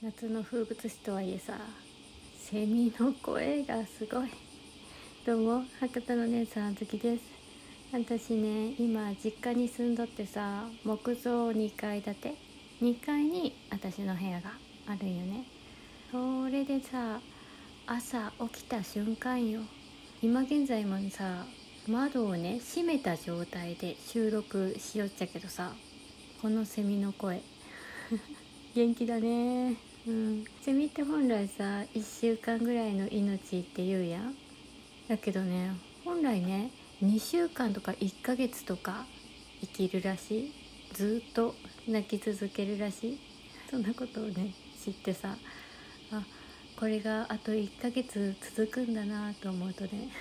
夏の風物詩とはいえさ、セミの声がすごい。どうも、博多の姉さん、あずきです。私ね、今実家に住んどってさ、木造2階建て2階に私の部屋があるんよね。それでさ、朝起きた瞬間よ、今現在もさ、窓をね閉めた状態で収録しよっちゃけどさ、このセミの声元気だね。セミって本来さ、1週間ぐらいの命って言うやん。だけどね、本来ね、2週間とか1ヶ月とか生きるらしい。ずっと泣き続けるらしい。そんなことをね知ってさ、あ、これがあと1ヶ月続くんだなと思うとね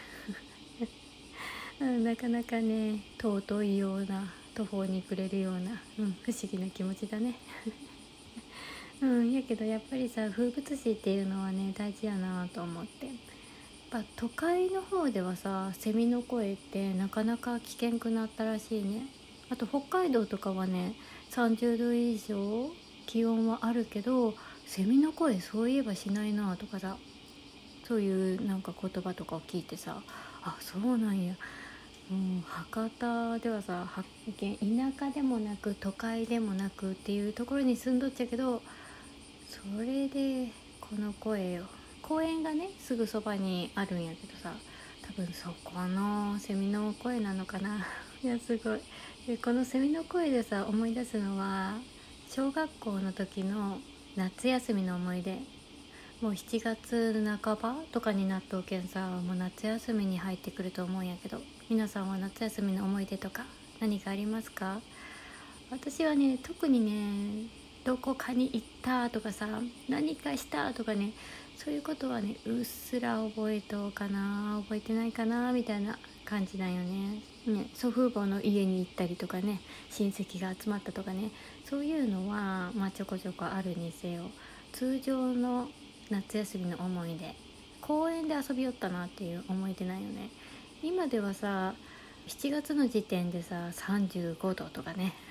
なかなかね、尊いような途方に暮れるような、不思議な気持ちだねやけどやっぱりさ、風物詩っていうのはね大事やなと思って。やっぱ都会の方ではさ、セミの声ってなかなか危険くなったらしいね。あと北海道とかはね、30度以上気温はあるけど、セミの声そういえばしないなとかさ、そういうなんか言葉とかを聞いてさ、あ、そうなんや。博多ではさ、田舎でもなく都会でもなくっていうところに住んどっちゃけど、それでこの声よ。公園がねすぐそばにあるんやけどさ、多分そこのセミの声なのかないやすごい。でこのセミの声でさ、思い出すのは小学校の時の夏休みの思い出。もう7月半ばとかになっとうけんさ、もう夏休みに入ってくると思うんやけど、皆さんは夏休みの思い出とか何かありますか？私はね、特にね、どこかに行ったとかさ、何かしたとかね、そういうことはね、うっすら覚えとうかな、覚えてないかなみたいな感じなんよね。祖父母の家に行ったりとかね、親戚が集まったとかね、そういうのはまあちょこちょこあるにせよ、通常の夏休みの思い出、公園で遊びよったなっていう思い出なんよね。今ではさ、7月の時点でさ35度とかね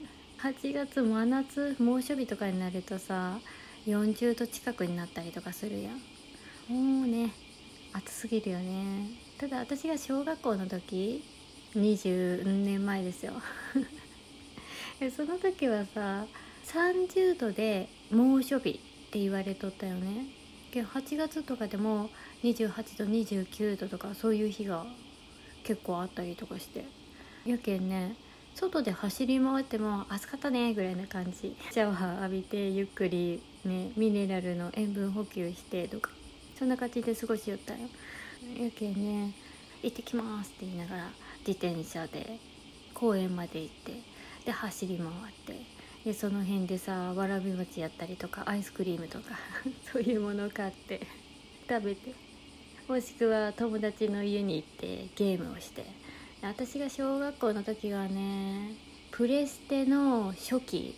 8月真夏猛暑日とかになるとさ、40度近くになったりとかするやん。もうね、暑すぎるよね。ただ私が小学校の時、20年前ですよその時はさ、30度で猛暑日って言われとったよね。8月とかでも28度29度とかそういう日が結構あったりとかして、やけんね、外で走り回っても暑かったねぐらいな感じ。シャワー浴びてゆっくりね、ミネラルの塩分補給してとか、そんな感じで過ごしよったよ。やけんね、行ってきますって言いながら自転車で公園まで行って、で走り回って、でその辺でさ、わらび餅やったりとかアイスクリームとかそういうものを買って食べて、もしくは友達の家に行ってゲームをして。私が小学校の時はね、プレステの初期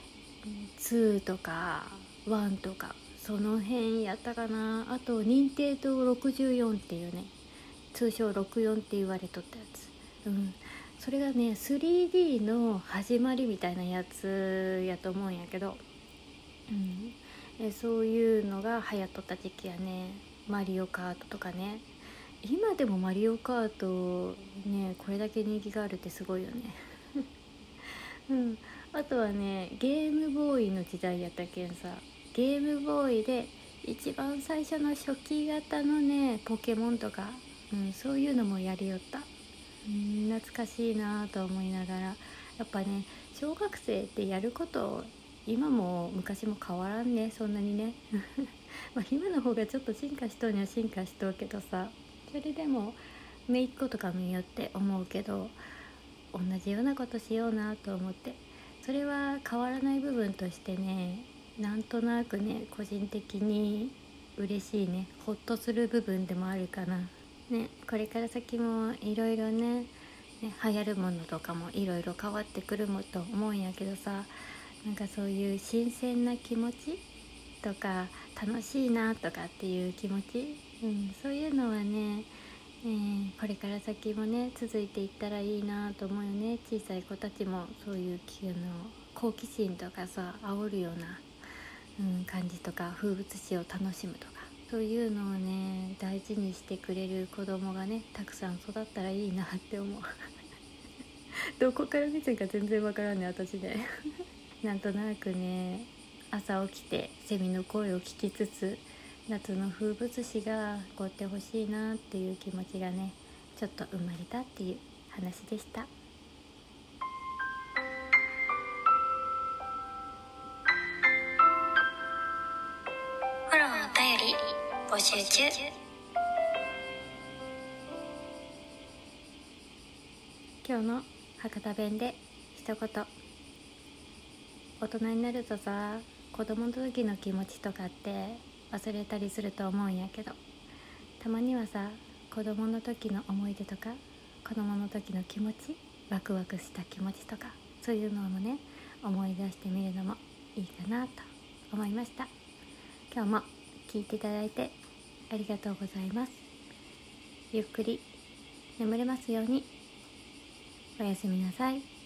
2とか1とかその辺やったかな。あと任天堂64っていうね、通称64って言われとったやつ。それがね 3D の始まりみたいなやつやと思うんやけど、そういうのが流行っとった時期やね。マリオカートとかね。今でもマリオカートね、これだけ人気があるってすごいよねあとはね、ゲームボーイの時代やったけんさ、ゲームボーイで一番最初の初期型のねポケモンとか、そういうのもやりよった。懐かしいなと思いながら、やっぱね、小学生ってやること今も昔も変わらんね、そんなにねまあ今の方がちょっと進化しとうには進化しとうけどさ、それでも姪っ子とか見よって思うけど、同じようなことしようなと思って、それは変わらない部分としてね、なんとなくね、個人的に嬉しいね、ほっとする部分でもあるかな。ね、これから先もいろいろね、流行るものとかもいろいろ変わってくるもと思うんやけどさ、なんかそういう新鮮な気持ちとか楽しいなとかっていう気持ち、そういうのはね、これから先もね続いていったらいいなと思うよね。小さい子たちもそういう好奇心とかさ煽るような、 感じとか、風物詩を楽しむとか、そういうのをね大事にしてくれる子供がねたくさん育ったらいいなって思うどこから見てるか全然わからんね私ねなんとなくね、朝起きてセミの声を聞きつつ、夏の風物詩が起こってほしいなっていう気持ちがねちょっと生まれたっていう話でした。フォローお便り募集中。今日の博多弁で一言。大人になるとさ、子供の時の気持ちとかって忘れたりすると思うんやけど、たまにはさ、子供の時の思い出とか、子供の時の気持ち、ワクワクした気持ちとか、そういうのもね思い出してみるのもいいかなと思いました。今日も聞いていただいてありがとうございます。ゆっくり眠れますように。おやすみなさい。